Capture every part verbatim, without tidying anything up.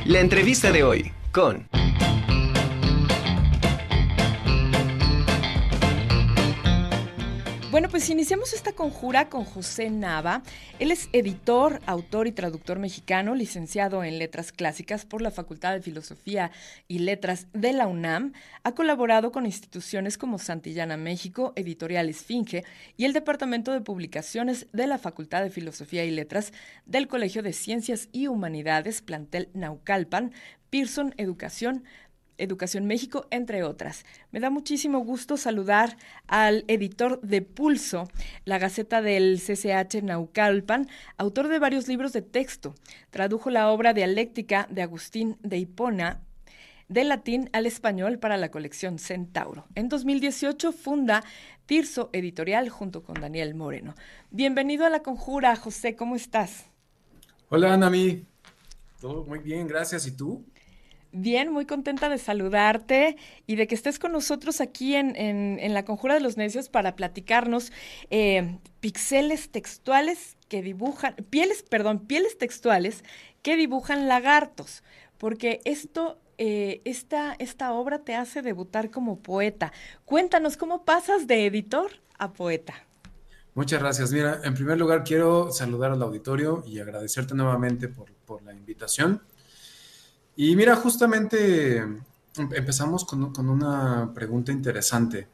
La entrevista de hoy con... Bueno, pues iniciamos esta conjura con José Nava. Él es editor, autor y traductor mexicano, licenciado en Letras Clásicas por la Facultad de Filosofía y Letras de la UNAM. Ha colaborado con instituciones como Santillana México, Editorial Esfinge y el Departamento de Publicaciones de la Facultad de Filosofía y Letras del Colegio de Ciencias y Humanidades, plantel Naucalpan, Pearson Educación, Educación México, entre otras. Me da muchísimo gusto saludar al editor de Pulso, la Gaceta del C C H Naucalpan, autor de varios libros de texto. Tradujo la obra Dialéctica de Agustín de Hipona del latín al español para la colección Centauro. En dos mil dieciocho funda Tirso Editorial junto con Daniel Moreno. Bienvenido a La Conjura, José, ¿cómo estás? Hola, Anami. Todo muy bien, gracias. ¿Y tú? Bien, muy contenta de saludarte y de que estés con nosotros aquí en, en, en La Conjura de los Necios para platicarnos eh, pixeles textuales que dibujan, pieles, perdón, pieles textuales que dibujan lagartos, porque esto, eh, esta, esta obra te hace debutar como poeta. Cuéntanos, ¿cómo pasas de editor a poeta? Muchas gracias. Mira, en primer lugar quiero saludar al auditorio y agradecerte nuevamente por, por la invitación. Y mira, justamente em- empezamos con, con una pregunta interesante.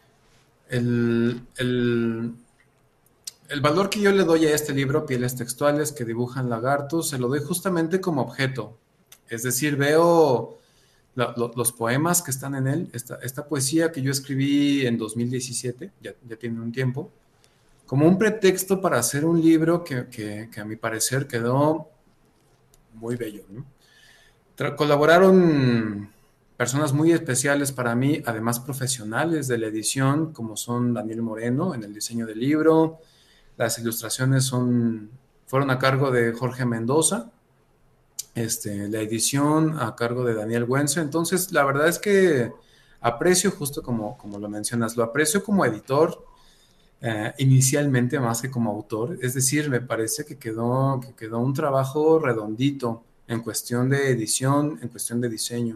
El, el- el valor que yo le doy a este libro, Pieles Textuales que dibujan lagartos, se lo doy justamente como objeto. Es decir, veo la- lo- los poemas que están en él, esta, esta poesía que yo escribí en dos mil diecisiete, ya, ya tiene un tiempo, como un pretexto para hacer un libro que, que- que a mi parecer quedó muy bello, ¿no? Tra- colaboraron personas muy especiales para mí, además profesionales de la edición, como son Daniel Moreno en el diseño del libro. Las ilustraciones son, fueron a cargo de Jorge Mendoza, este, la edición a cargo de Daniel Güenzo. Entonces, la verdad es que aprecio, justo como, como lo mencionas, lo aprecio como editor, eh, inicialmente más que como autor. Es decir, me parece que quedó, que quedó un trabajo redondito en cuestión de edición, en cuestión de diseño.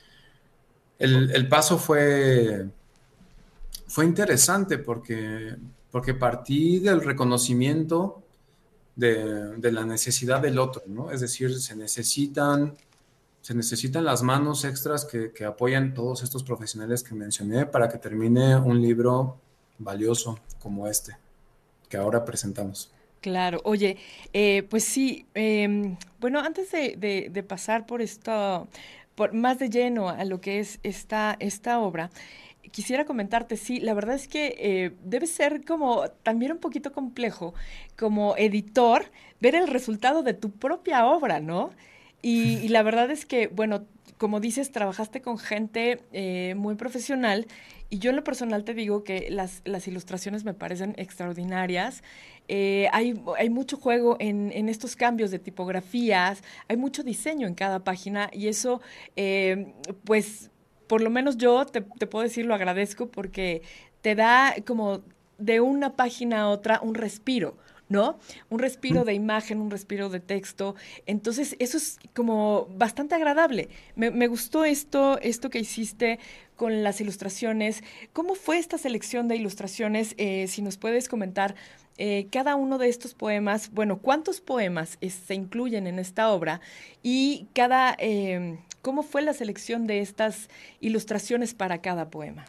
El, el paso fue, fue interesante porque, porque partí del reconocimiento de, de la necesidad del otro, ¿no? Es decir, se necesitan, se necesitan las manos extras que, que apoyan todos estos profesionales que mencioné para que termine un libro valioso como este que ahora presentamos. Claro, oye, eh, pues sí, em, bueno, antes de, de- de pasar por esto, por más de lleno a lo que es esta, esta obra, quisiera comentarte, sí, la verdad es que eh, debe ser como también un poquito complejo como editor ver el resultado de tu propia obra, ¿no? Y, y la verdad es que, bueno, como dices, trabajaste con gente eh, muy profesional y yo en lo personal te digo que las, las ilustraciones me parecen extraordinarias. Eh, hay, hay mucho juego en, en estos cambios de tipografías, hay mucho diseño en cada página y eso, eh, pues por lo menos yo te, te puedo decir, lo agradezco porque te da como de una página a otra un respiro, ¿no? Un respiro de imagen, un respiro de texto. Entonces, eso es como bastante agradable. Me, me gustó esto, esto que hiciste con las ilustraciones. ¿Cómo fue esta selección de ilustraciones? Eh, si nos puedes comentar eh, cada uno de estos poemas, bueno, ¿cuántos poemas es- se incluyen en esta obra? Y cada, eh, ¿cómo fue la selección de estas ilustraciones para cada poema?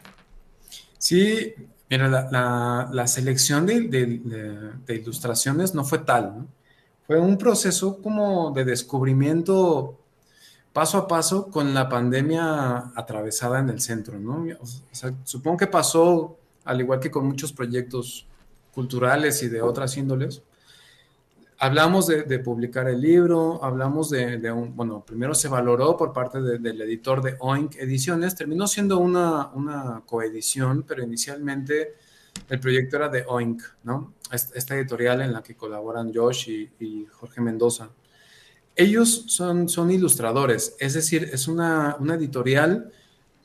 Sí, mira, la, la- la selección de, de- de- de ilustraciones no fue tal, ¿no? Fue un proceso como de descubrimiento paso a paso con la pandemia atravesada en el centro, ¿no? O sea, supongo que pasó, al igual que con muchos proyectos culturales y de otras índoles. Hablamos de, de publicar el libro, hablamos de, de un, bueno, primero se valoró por parte de- del editor de Oink Ediciones, terminó siendo una, una coedición, pero inicialmente el proyecto era de Oink, ¿no? Esta, esta editorial en la que colaboran Josh y, y Jorge Mendoza. Ellos son, son ilustradores, es decir, es una, una editorial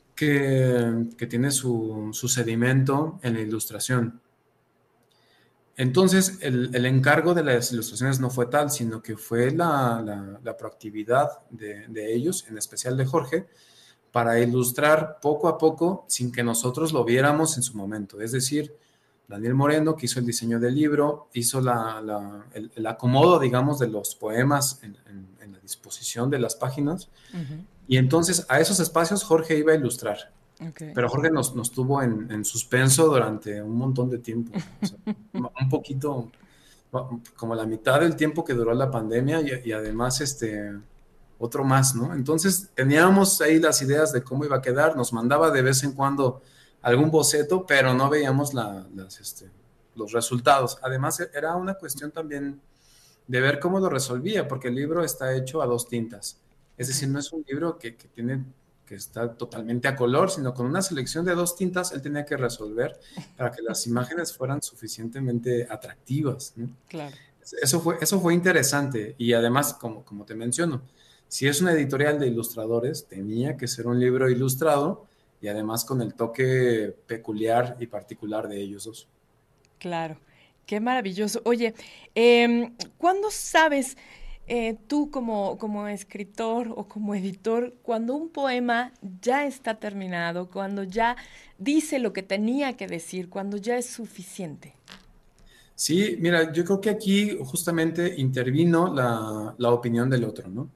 que, que tiene su, su sedimento en la ilustración. Entonces, el, el encargo de las ilustraciones no fue tal, sino que fue la, la, la proactividad de, de ellos, en especial de Jorge, para ilustrar poco a poco sin que nosotros lo viéramos en su momento. Es decir, Daniel Moreno, que hizo el diseño del libro, hizo la, la, el, el acomodo, digamos, de los poemas en, en, en la disposición de las páginas. Uh-huh. Y entonces a esos espacios Jorge iba a ilustrar. Okay. Pero Jorge nos, nos tuvo en, en suspenso durante un montón de tiempo. O sea, un poquito, como la mitad del tiempo que duró la pandemia y, y además este, otro más, ¿no? Entonces teníamos ahí las ideas de cómo iba a quedar, nos mandaba de vez en cuando algún boceto, pero no veíamos la, las, este, los resultados. Además era una cuestión también de ver cómo lo resolvía, porque el libro está hecho a dos tintas. Es decir, no es un libro que, que tiene... que está totalmente a color, sino con una selección de dos tintas él tenía que resolver para que las imágenes fueran suficientemente atractivas, ¿no? Claro. Eso fue, eso fue interesante y además, como, como te menciono, si es una editorial de ilustradores, tenía que ser un libro ilustrado y además con el toque peculiar y particular de ellos dos. Claro, qué maravilloso. Oye, eh, ¿cuándo sabes... Eh, tú como, como escritor o como editor, cuando un poema ya está terminado, cuando ya dice lo que tenía que decir, cuando ya es suficiente? Sí, mira, yo creo que aquí justamente intervino la, la opinión del otro, ¿no?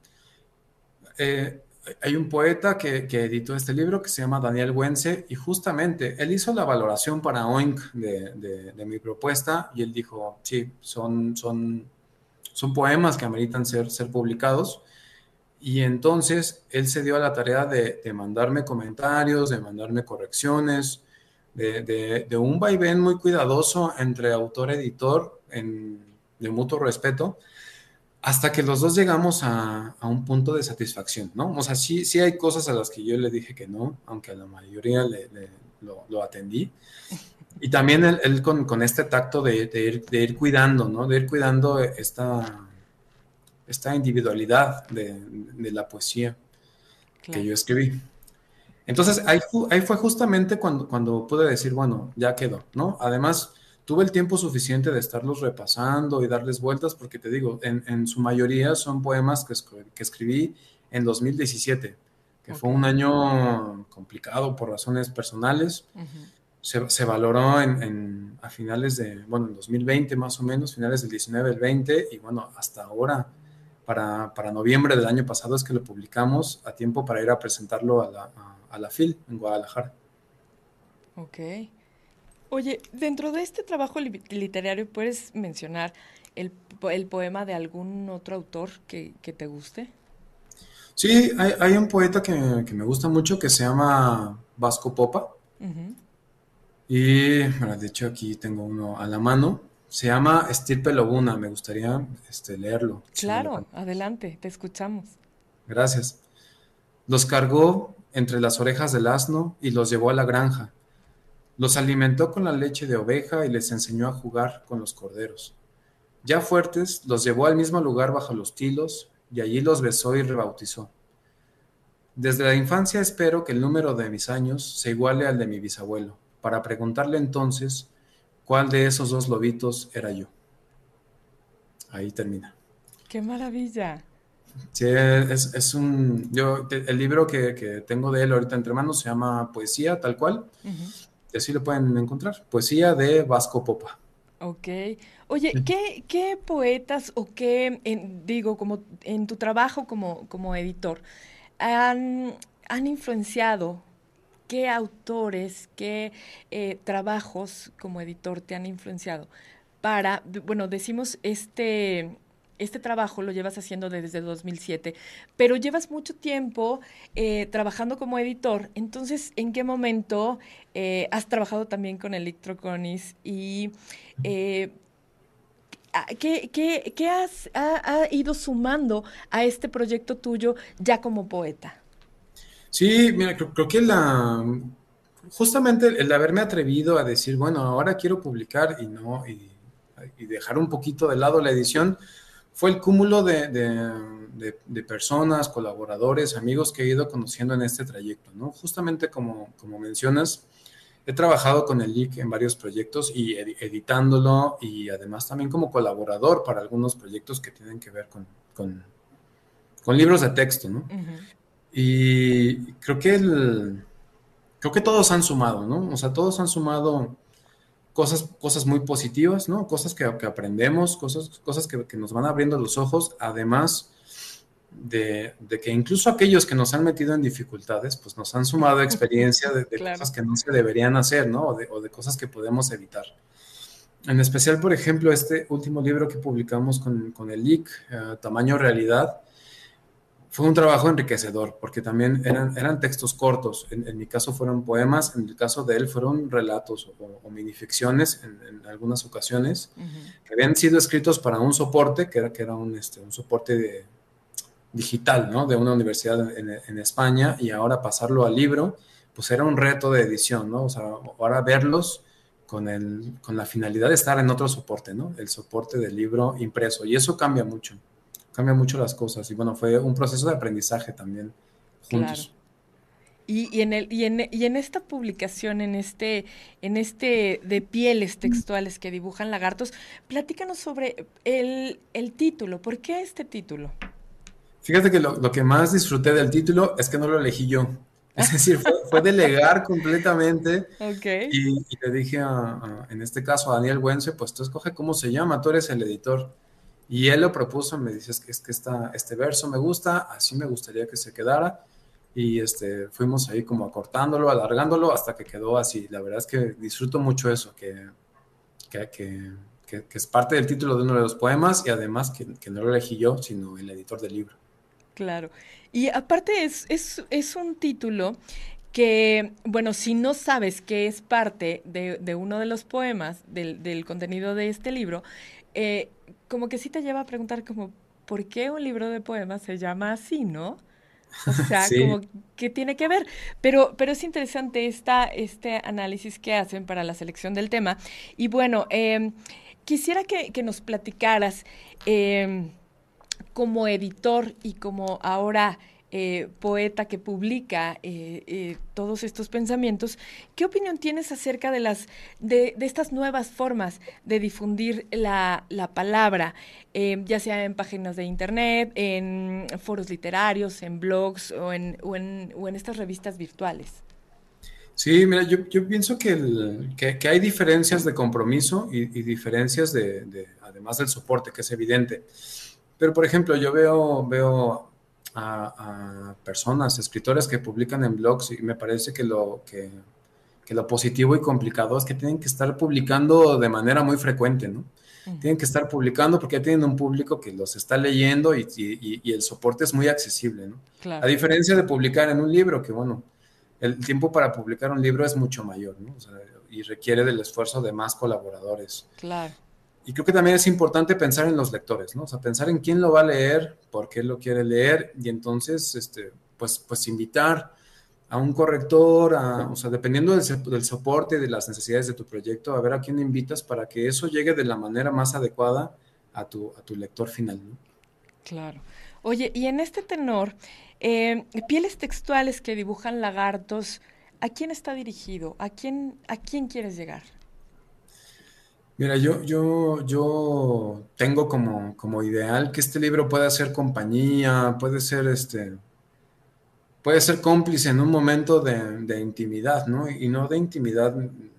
Eh, hay un poeta que, que editó este libro que se llama Daniel Güense y justamente él hizo la valoración para Oink de, de, de mi propuesta y él dijo, sí, son... son Son poemas que ameritan ser, ser publicados. Y entonces él se dio a la tarea de, de mandarme comentarios, de mandarme correcciones, de, de, de un vaivén muy cuidadoso entre autor-editor de mutuo respeto, hasta que los dos llegamos a, a un punto de satisfacción, ¿no? O sea, sí, sí hay cosas a las que yo le dije que no, aunque a la mayoría le, le, lo, lo atendí. Y también él, él con, con, este tacto de, de, ir, de ir cuidando, ¿no? De ir cuidando esta, esta individualidad de, de la poesía claro. que yo escribí. Entonces, ahí, ahí fue justamente cuando, cuando pude decir, bueno, ya quedó, ¿no? Además, tuve el tiempo suficiente de estarlos repasando y darles vueltas, porque te digo, en, en su mayoría son poemas que, que escribí en dos mil diecisiete, que okay. fue un año complicado por razones personales. Uh-huh. Se, se valoró en, en, a finales de, bueno, en dos mil veinte más o menos, finales del diecinueve, el veinte, y bueno, hasta ahora, para, para noviembre del año pasado es que lo publicamos a tiempo para ir a presentarlo a la, a, a la F I L en Guadalajara. Ok. Oye, dentro de este trabajo li- literario, ¿puedes mencionar el, el poema de algún otro autor que, que te guste? Sí, hay, hay un poeta que, que me gusta mucho que se llama Vasco Popa. Uh-huh. Y, bueno, de hecho aquí tengo uno a la mano, se llama Estirpe Lobuna, me gustaría este, leerlo. Claro, si adelante, te escuchamos. Gracias. Los cargó entre las orejas del asno y los llevó a la granja. Los alimentó con la leche de oveja y les enseñó a jugar con los corderos. Ya fuertes, los llevó al mismo lugar bajo los tilos y allí los besó y rebautizó. Desde la infancia espero que el número de mis años se iguale al de mi bisabuelo, para preguntarle entonces cuál de esos dos lobitos era yo. Ahí termina. ¡Qué maravilla! Sí, es, es un... Yo, el libro que, que tengo de él ahorita entre manos se llama Poesía, tal cual. Uh-huh. Y así lo pueden encontrar. Poesía de Vasco Popa. Ok. Oye, sí. ¿qué, qué poetas o qué, en, digo, como en tu trabajo como, como editor, han, han influenciado? ¿Qué autores, qué eh, trabajos como editor te han influenciado? Para, bueno, decimos este, este trabajo lo llevas haciendo desde dos mil siete, pero llevas mucho tiempo eh, trabajando como editor. Entonces, ¿en qué momento eh, has trabajado también con Electroconis y eh, ¿qué, qué, qué has ha, ha ido sumando a este proyecto tuyo ya como poeta? Sí, mira, creo, creo que la justamente el, el haberme atrevido a decir, bueno, ahora quiero publicar y no, y, y dejar un poquito de lado la edición, fue el cúmulo de, de, de, de personas, colaboradores, amigos que he ido conociendo en este trayecto, ¿no? Justamente como, como mencionas, he trabajado con el L I C en varios proyectos y ed editándolo y además también como colaborador para algunos proyectos que tienen que ver con, con, con libros de texto, ¿no? Ujú. Y creo que, el, creo que todos han sumado, ¿no? O sea, todos han sumado cosas, cosas muy positivas, ¿no? Cosas que, que aprendemos, cosas, cosas que, que nos van abriendo los ojos, además de, de que incluso aquellos que nos han metido en dificultades, pues nos han sumado experiencia de, de Claro. cosas que no se deberían hacer, ¿no? O de, o de cosas que podemos evitar. En especial, por ejemplo, este último libro que publicamos con, con el L I C, uh, Tamaño Realidad, fue un trabajo enriquecedor, porque también eran, eran textos cortos. En, en mi caso fueron poemas, en el caso de él fueron relatos o, o minificciones en, en algunas ocasiones, Ujú. que habían sido escritos para un soporte, que era, que era un, este, un soporte de, digital, ¿no? De una universidad en, en España, y ahora pasarlo al libro, pues era un reto de edición, ¿no? O sea, ahora verlos con, el, con la finalidad de estar en otro soporte, ¿no? El soporte del libro impreso, y eso cambia mucho, cambia mucho las cosas, y bueno, fue un proceso de aprendizaje también Claro. juntos. Y, y en el, y en, y en esta publicación, en este, en este de pieles textuales que dibujan lagartos, platícanos sobre el, el título. ¿Por qué este título? Fíjate que lo, lo que más disfruté del título es que no lo elegí yo. Es decir, fue, fue delegar completamente Ok. y, y le dije, a, a, en este caso a Daniel Wense, pues tú escoge cómo se llama, tú eres el editor. Y él lo propuso, me dices que es que esta, este verso me gusta, así me gustaría que se quedara. Y este, fuimos ahí como acortándolo, alargándolo hasta que quedó así. La verdad es que disfruto mucho eso, que, que, que, que, que es parte del título de uno de los poemas y además que, que no lo elegí yo, sino el editor del libro. Claro. Y aparte es, es, es un título que, bueno, si no sabes que es parte de, de uno de los poemas, del, del contenido de este libro, eh, como que sí te lleva a preguntar como, ¿por qué un libro de poemas se llama así, no? O sea, Sí, como que tiene que ver. Pero, pero es interesante esta, este análisis que hacen para la selección del tema. Y bueno, eh, quisiera que, que nos platicaras. Eh, como editor y como ahora eh, poeta que publica eh, eh, todos estos pensamientos, ¿qué opinión tienes acerca de las de, de estas nuevas formas de difundir la, la palabra, eh, ya sea en páginas de internet, en foros literarios, en blogs o en, o en, o en estas revistas virtuales? sí, mira, yo, yo pienso que, el, que, que, hay diferencias de compromiso y, y diferencias de, de, además del soporte, que es evidente. Pero, por ejemplo, yo veo, veo a, a personas, escritores que publican en blogs y me parece que lo, que, que lo positivo y complicado es que tienen que estar publicando de manera muy frecuente, ¿no? Uh -huh. Tienen que estar publicando porque ya tienen un público que los está leyendo y, y, y el soporte es muy accesible, ¿no? Claro. A diferencia de publicar en un libro, que bueno, el tiempo para publicar un libro es mucho mayor, ¿no? O sea, y requiere del esfuerzo de más colaboradores. Claro. Y creo que también es importante pensar en los lectores, ¿no? O sea, pensar en quién lo va a leer, por qué lo quiere leer, y entonces, este, pues, pues invitar a un corrector, a, o sea, dependiendo del, del soporte, de las necesidades de tu proyecto, a ver a quién invitas para que eso llegue de la manera más adecuada a tu, a tu lector final, ¿no? Claro. Oye, y en este tenor, eh, pieles textuales que dibujan lagartos, ¿a quién está dirigido? ¿A quién, a quién quieres llegar? Mira, yo, yo, yo tengo como, como ideal que este libro pueda ser compañía, puede ser este, puede ser cómplice en un momento de, de intimidad, ¿no? Y no de intimidad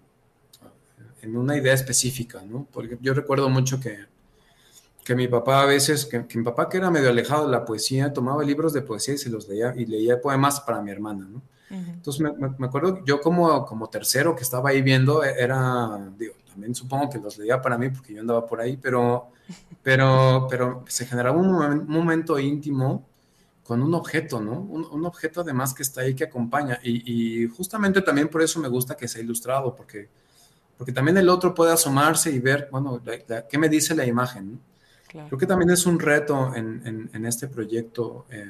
en una idea específica, ¿no? Porque yo recuerdo mucho que, que mi papá a veces, que, que mi papá que era medio alejado de la poesía, tomaba libros de poesía y se los leía, y leía poemas para mi hermana, ¿no? Uh-huh. Entonces me, me, me acuerdo, yo como, como tercero que estaba ahí viendo, era, digo, también supongo que los leía para mí porque yo andaba por ahí, pero, pero, pero se generaba un, un momento íntimo con un objeto, ¿no? Un, un, objeto además que está ahí, que acompaña. Y, y justamente también por eso me gusta que sea ilustrado, porque, porque también el otro puede asomarse y ver, bueno, la, la, ¿qué me dice la imagen? ¿No? Claro. Creo que también es un reto en, en, en este proyecto, eh,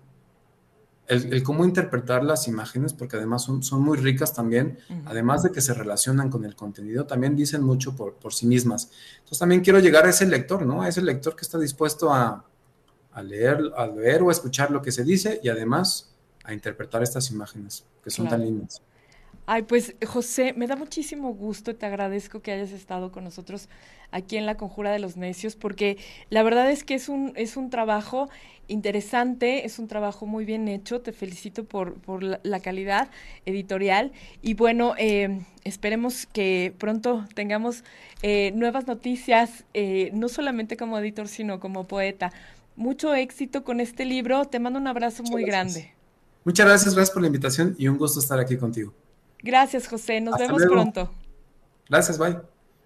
el, el, cómo interpretar las imágenes, porque además son, son muy ricas también, uh-huh. Además de que se relacionan con el contenido, también dicen mucho por, por sí mismas. Entonces también quiero llegar a ese lector, ¿no? A ese lector que está dispuesto a, a leer, a leer o a escuchar lo que se dice y además a interpretar estas imágenes que son claro. tan lindas. Ay, pues José, me da muchísimo gusto, te agradezco que hayas estado con nosotros aquí en La Conjura de los Necios, porque la verdad es que es un, es un trabajo interesante, es un trabajo muy bien hecho, te felicito por, por la, la calidad editorial y bueno, eh, esperemos que pronto tengamos eh, nuevas noticias, eh, no solamente como editor, sino como poeta. Mucho éxito con este libro, te mando un abrazo Muchas muy gracias. grande. Muchas gracias, gracias por la invitación y un gusto estar aquí contigo. Gracias, José, nos Hasta vemos luego. pronto. Gracias, bye.